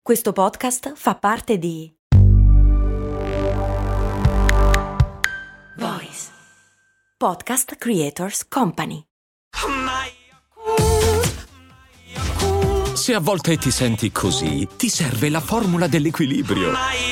Questo podcast fa parte di Voice Podcast Creators Company. Se a volte ti senti così, ti serve la formula dell'equilibrio.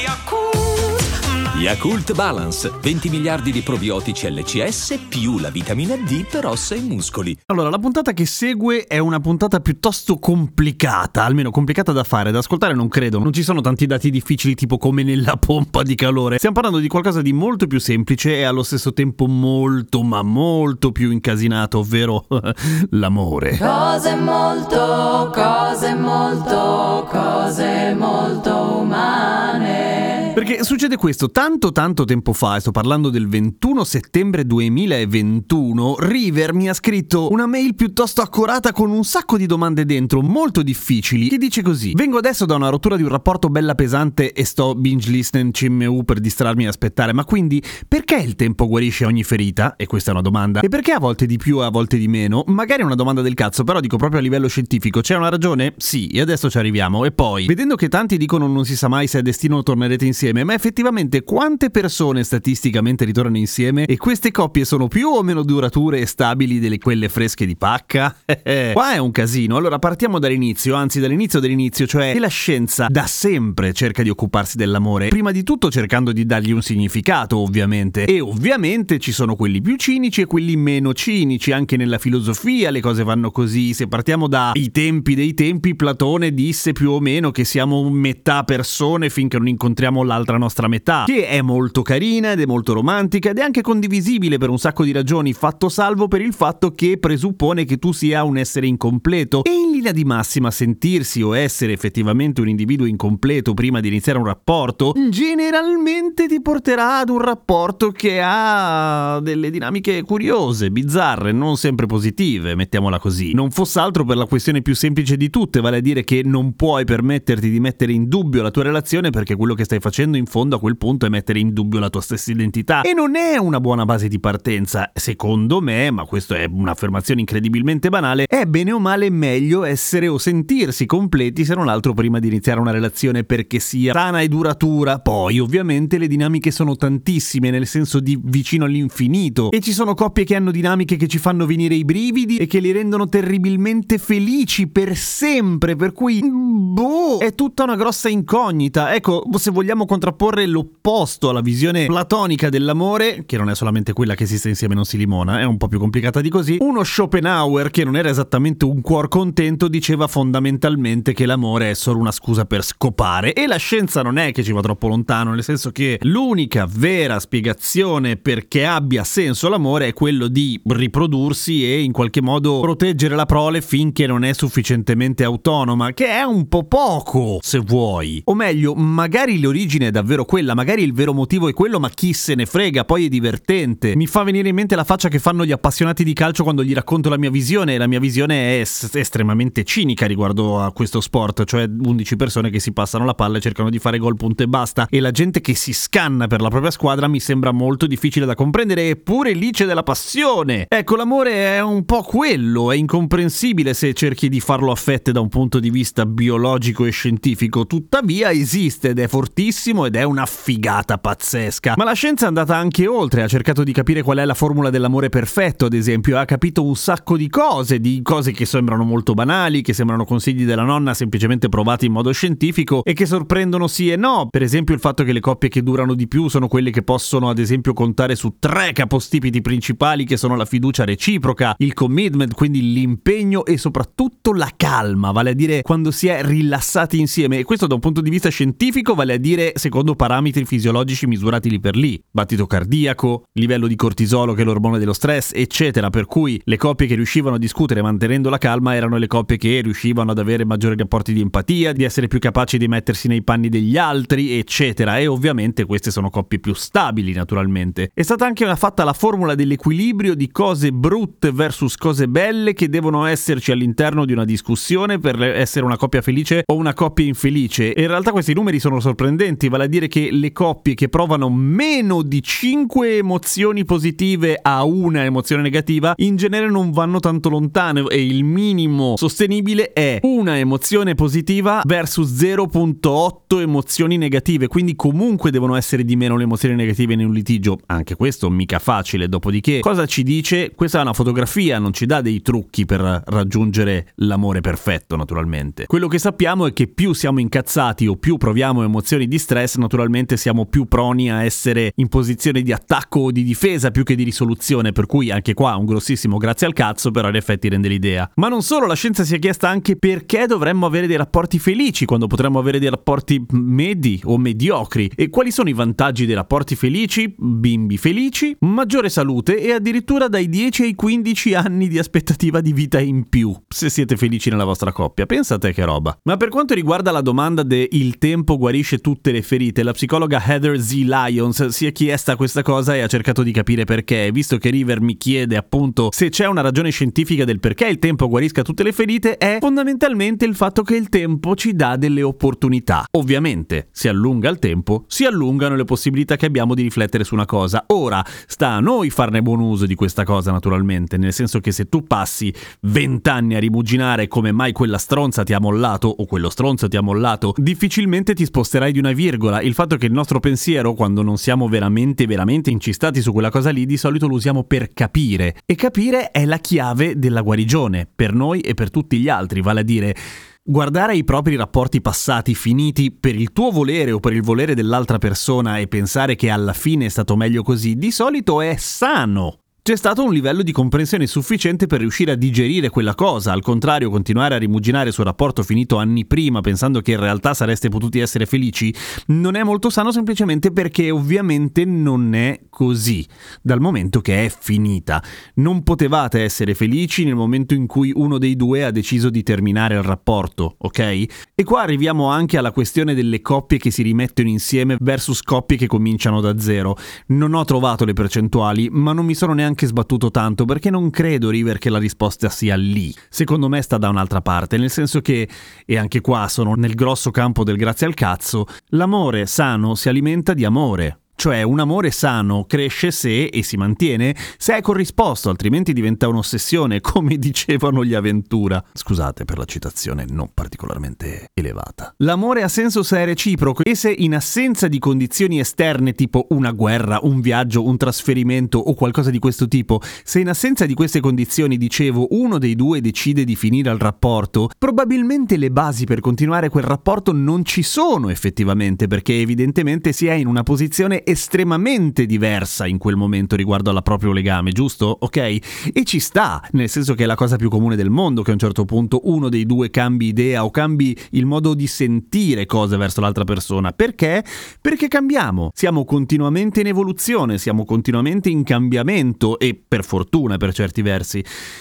Yakult Balance, 20 miliardi di probiotici LCS più la vitamina D per ossa e muscoli. Allora, la puntata che segue è una puntata piuttosto complicata, almeno complicata da fare, da ascoltare non credo. Non ci sono tanti dati difficili tipo come nella pompa di calore. Stiamo parlando di qualcosa di molto più semplice e allo stesso tempo molto, ma molto più incasinato, ovvero l'amore. Cose molto umane. Perché succede questo, tanto tempo fa, e sto parlando del 21 settembre 2021, River mi ha scritto una mail piuttosto accurata con un sacco di domande dentro, molto difficili, che dice così: vengo adesso da una rottura di un rapporto bella pesante e sto binge listening CMU per distrarmi e aspettare, ma quindi perché il tempo guarisce ogni ferita? E questa è una domanda. E perché a volte di più e a volte di meno? Magari è una domanda del cazzo, però dico proprio a livello scientifico, c'è una ragione? Sì, e adesso ci arriviamo. E poi, vedendo che tanti dicono non si sa mai se è destino tornerete insieme, ma effettivamente quante persone statisticamente ritornano insieme e queste coppie sono più o meno durature e stabili delle quelle fresche di pacca? Qua è un casino. Allora partiamo dall'inizio, anzi dall'inizio, cioè che la scienza da sempre cerca di occuparsi dell'amore, prima di tutto cercando di dargli un significato, ovviamente, e ovviamente ci sono quelli più cinici e quelli meno cinici. Anche nella filosofia le cose vanno così. Se partiamo dai tempi dei tempi, Platone disse più o meno che siamo metà persone finché non incontriamo l'altra nostra metà, che è molto carina ed è molto romantica ed è anche condivisibile per un sacco di ragioni, fatto salvo per il fatto che presuppone che tu sia un essere incompleto, e in linea di massima sentirsi o essere effettivamente un individuo incompleto prima di iniziare un rapporto generalmente ti porterà ad un rapporto che ha delle dinamiche curiose, bizzarre, non sempre positive, mettiamola così. Non fosse altro per la questione più semplice di tutte, vale a dire che non puoi permetterti di mettere in dubbio la tua relazione, perché quello che stai facendo in fondo a quel punto è mettere in dubbio la tua stessa identità, e non è una buona base di partenza. Secondo me, ma questo è un'affermazione incredibilmente banale, è bene o male meglio essere o sentirsi completi se non altro prima di iniziare una relazione, perché sia sana e duratura. Poi ovviamente le dinamiche sono tantissime, nel senso di vicino all'infinito, e ci sono coppie che hanno dinamiche che ci fanno venire i brividi e che li rendono terribilmente felici per sempre, per cui è tutta una grossa incognita. Ecco, se vogliamo contrapporre l'opposto alla visione platonica dell'amore, che non è solamente quella che si sta insieme e non si limona, è un po' più complicata di così, uno Schopenhauer, che non era esattamente un cuor contento, diceva fondamentalmente che l'amore è solo una scusa per scopare, e la scienza non è che ci va troppo lontano, nel senso che l'unica vera spiegazione perché abbia senso l'amore è quello di riprodursi e in qualche modo proteggere la prole finché non è sufficientemente autonoma, che è un po' poco, se vuoi. O meglio, magari l'origine è davvero quella, magari il vero motivo è quello, ma chi se ne frega, poi è divertente. Mi fa venire in mente la faccia che fanno gli appassionati di calcio quando gli racconto la mia visione, e la mia visione è estremamente cinica riguardo a questo sport, cioè 11 persone che si passano la palla e cercano di fare gol punto e basta, e la gente che si scanna per la propria squadra mi sembra molto difficile da comprendere, eppure lì c'è della passione. Ecco, l'amore è un po' quello, è incomprensibile se cerchi di farlo a fette da un punto di vista biologico e scientifico, tuttavia esiste ed è fortissimo ed è una figata pazzesca. Ma la scienza è andata anche oltre, ha cercato di capire qual è la formula dell'amore perfetto, ad esempio, ha capito un sacco di cose che sembrano molto banali, che sembrano consigli della nonna semplicemente provati in modo scientifico e che sorprendono sì e no. Per esempio il fatto che le coppie che durano di più sono quelle che possono ad esempio contare su 3 capostipiti principali, che sono la fiducia reciproca, il commitment, quindi l'impegno, e soprattutto la calma, vale a dire quando si è rilassati insieme, e questo da un punto di vista scientifico vale a dire secondo parametri fisiologici misurati lì per lì, battito cardiaco, livello di cortisolo che è l'ormone dello stress, eccetera, per cui le coppie che riuscivano a discutere mantenendo la calma erano le coppie che riuscivano ad avere maggiori rapporti di empatia, di essere più capaci di mettersi nei panni degli altri, eccetera, e ovviamente queste sono coppie più stabili, naturalmente. È stata anche fatta la formula dell'equilibrio di cose brutte versus cose belle che devono esserci all'interno di una discussione per essere una coppia felice o una coppia infelice, e in realtà questi numeri sono sorprendenti. Vale a dire che le coppie che provano meno di 5 emozioni positive a una emozione negativa in genere non vanno tanto lontano, e il minimo sostenibile sostenibile è una emozione positiva versus 0.8 emozioni negative, quindi comunque devono essere di meno le emozioni negative in un litigio. Anche questo mica facile. Dopodiché cosa ci dice? Questa è una fotografia, non ci dà dei trucchi per raggiungere l'amore perfetto, naturalmente. Quello che sappiamo è che più siamo incazzati o più proviamo emozioni di stress, naturalmente siamo più proni a essere in posizione di attacco o di difesa più che di risoluzione, per cui anche qua un grossissimo grazie al cazzo, però in effetti rende l'idea. Ma non solo, la scienza si è chiesta anche perché dovremmo avere dei rapporti felici quando potremmo avere dei rapporti medi o mediocri. E quali sono i vantaggi dei rapporti felici? Bimbi felici, maggiore salute e addirittura dai 10 ai 15 anni di aspettativa di vita in più, se siete felici nella vostra coppia. Pensate che roba. Ma per quanto riguarda la domanda de il tempo guarisce tutte le ferite, la psicologa Heather Z. Lyons si è chiesta questa cosa e ha cercato di capire perché. Visto che River mi chiede appunto se c'è una ragione scientifica del perché il tempo guarisca tutte le ferite, è fondamentalmente il fatto che il tempo ci dà delle opportunità. Ovviamente, si allunga il tempo, si allungano le possibilità che abbiamo di riflettere su una cosa. Ora, sta a noi farne buon uso di questa cosa, naturalmente, nel senso che se tu passi 20 anni a rimuginare come mai quella stronza ti ha mollato o quello stronzo ti ha mollato, difficilmente ti sposterai di una virgola. Il fatto che il nostro pensiero, quando non siamo veramente incistati su quella cosa lì, di solito lo usiamo per capire, e capire è la chiave della guarigione per noi e per tutti gli altri, vale a dire guardare i propri rapporti passati finiti per il tuo volere o per il volere dell'altra persona e pensare che alla fine è stato meglio così, di solito è sano. C'è stato un livello di comprensione sufficiente per riuscire a digerire quella cosa. Al contrario, continuare a rimuginare sul rapporto finito anni prima pensando che in realtà sareste potuti essere felici non è molto sano, semplicemente perché ovviamente non è così, dal momento che è finita. Non potevate essere felici nel momento in cui uno dei due ha deciso di terminare il rapporto, ok? E qua arriviamo anche alla questione delle coppie che si rimettono insieme versus coppie che cominciano da zero. Non ho trovato le percentuali, ma non mi sono neanche sbattuto tanto, perché non credo, River, che la risposta sia lì. Secondo me sta da un'altra parte, nel senso che, e anche qua sono nel grosso campo del grazie al cazzo, l'amore sano si alimenta di amore. Cioè un amore sano cresce se, e si mantiene, se è corrisposto, altrimenti diventa un'ossessione, come dicevano gli Aventura. Scusate per la citazione non particolarmente elevata. L'amore ha senso se è reciproco e se in assenza di condizioni esterne tipo una guerra, un viaggio, un trasferimento o qualcosa di questo tipo, se in assenza di queste condizioni, dicevo, uno dei due decide di finire il rapporto, probabilmente le basi per continuare quel rapporto non ci sono effettivamente, perché evidentemente si è in una posizione estremamente diversa in quel momento riguardo al proprio legame, giusto? Ok? E ci sta, nel senso che è la cosa più comune del mondo che a un certo punto uno dei due cambi idea o cambi il modo di sentire cose verso l'altra persona. Perché? Perché cambiamo, siamo continuamente in evoluzione, siamo continuamente in cambiamento e per fortuna per certi versi.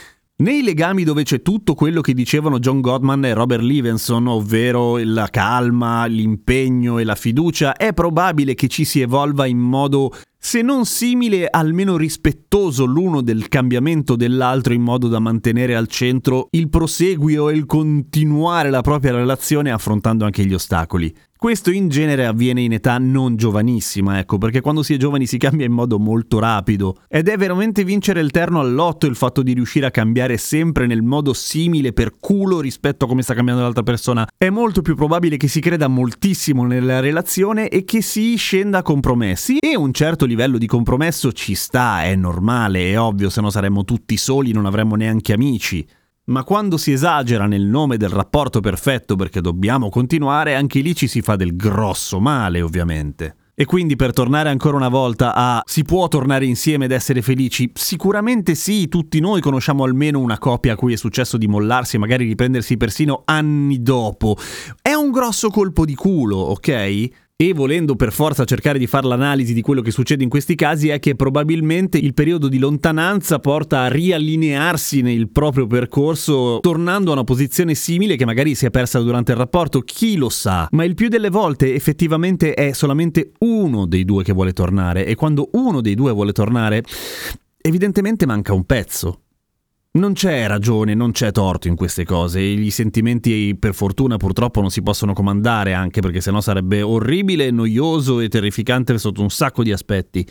Nei legami dove c'è tutto quello che dicevano John Gottman e Robert Levenson, ovvero la calma, l'impegno e la fiducia, è probabile che ci si evolva in modo, se non simile, almeno rispettoso l'uno del cambiamento dell'altro, in modo da mantenere al centro il proseguio e il continuare la propria relazione affrontando anche gli ostacoli. Questo in genere avviene in età non giovanissima, ecco, perché quando si è giovani si cambia in modo molto rapido ed è veramente vincere il terno al lotto il fatto di riuscire a cambiare sempre nel modo simile per culo rispetto a come sta cambiando l'altra persona. È molto più probabile che si creda moltissimo nella relazione e che si scenda a compromessi, e un certo livello di compromesso ci sta, è normale, è ovvio, se no saremmo tutti soli, non avremmo neanche amici. Ma quando si esagera nel nome del rapporto perfetto perché dobbiamo continuare, anche lì ci si fa del grosso male, ovviamente. E quindi, per tornare ancora una volta a si può tornare insieme ed essere felici? Sicuramente sì, tutti noi conosciamo almeno una coppia a cui è successo di mollarsi e magari riprendersi persino anni dopo. È un grosso colpo di culo, ok? E volendo per forza cercare di fare l'analisi di quello che succede in questi casi, è che probabilmente il periodo di lontananza porta a riallinearsi nel proprio percorso, tornando a una posizione simile che magari si è persa durante il rapporto, chi lo sa, ma il più delle volte effettivamente è solamente uno dei due che vuole tornare, e quando uno dei due vuole tornare evidentemente manca un pezzo. Non c'è ragione, non c'è torto in queste cose, e i sentimenti per fortuna purtroppo non si possono comandare, anche perché sennò sarebbe orribile, noioso e terrificante sotto un sacco di aspetti.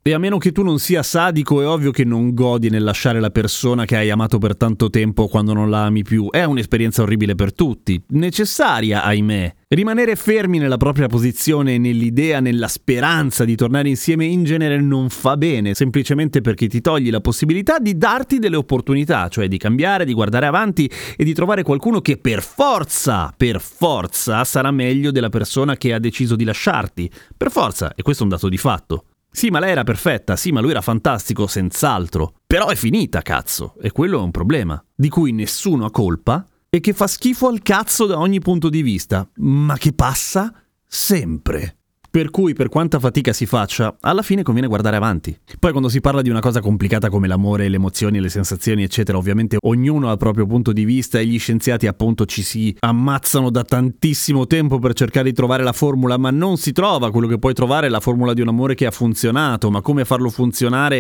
E a meno che tu non sia sadico, è ovvio che non godi nel lasciare la persona che hai amato per tanto tempo quando non la ami più. È un'esperienza orribile per tutti, necessaria, ahimè. Rimanere fermi nella propria posizione, nell'idea, nella speranza di tornare insieme in genere non fa bene, semplicemente perché ti togli la possibilità di darti delle opportunità, cioè di cambiare, di guardare avanti e di trovare qualcuno che per forza sarà meglio della persona che ha deciso di lasciarti. Per forza, e questo è un dato di fatto. Sì, ma lei era perfetta, sì, ma lui era fantastico, senz'altro. Però è finita, cazzo, e quello è un problema, di cui nessuno ha colpa e che fa schifo al cazzo da ogni punto di vista, ma che passa sempre. Per cui, per quanta fatica si faccia, alla fine conviene guardare avanti. Poi quando si parla di una cosa complicata come l'amore, le emozioni, le sensazioni, eccetera, ovviamente ognuno ha il proprio punto di vista e gli scienziati appunto ci si ammazzano da tantissimo tempo per cercare di trovare la formula, ma non si trova. Quello che puoi trovare è la formula di un amore che ha funzionato, ma come farlo funzionare?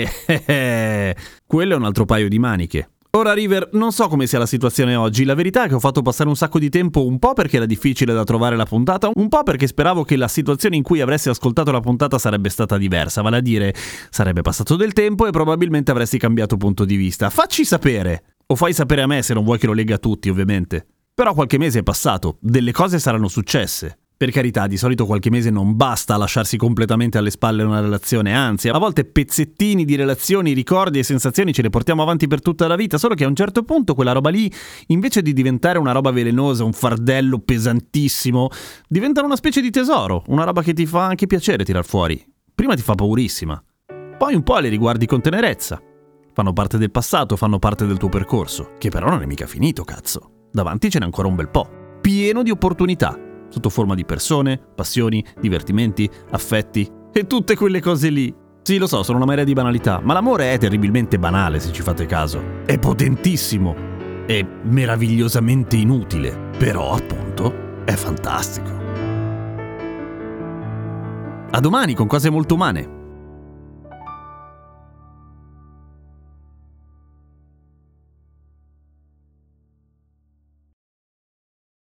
Quello è un altro paio di maniche. Ora River, non so come sia la situazione oggi, la verità è che ho fatto passare un sacco di tempo, un po' perché era difficile da trovare la puntata, un po' perché speravo che la situazione in cui avresti ascoltato la puntata sarebbe stata diversa, vale a dire sarebbe passato del tempo e probabilmente avresti cambiato punto di vista. Facci sapere, o fai sapere a me se non vuoi che lo legga a tutti ovviamente. Però qualche mese è passato, delle cose saranno successe. Per carità, di solito qualche mese non basta a lasciarsi completamente alle spalle una relazione, anzi, a volte pezzettini di relazioni, ricordi e sensazioni ce le portiamo avanti per tutta la vita, solo che a un certo punto quella roba lì, invece di diventare una roba velenosa, un fardello pesantissimo, diventa una specie di tesoro, una roba che ti fa anche piacere tirar fuori. Prima ti fa paurissima, poi un po' le riguardi con tenerezza. Fanno parte del passato, fanno parte del tuo percorso, che però non è mica finito, cazzo. Davanti ce n'è ancora un bel po', pieno di opportunità. Sotto forma di persone, passioni, divertimenti, affetti e tutte quelle cose lì. Sì, lo so, sono una marea di banalità, ma l'amore è terribilmente banale se ci fate caso. È potentissimo, è meravigliosamente inutile, però appunto è fantastico. A domani con cose molto umane.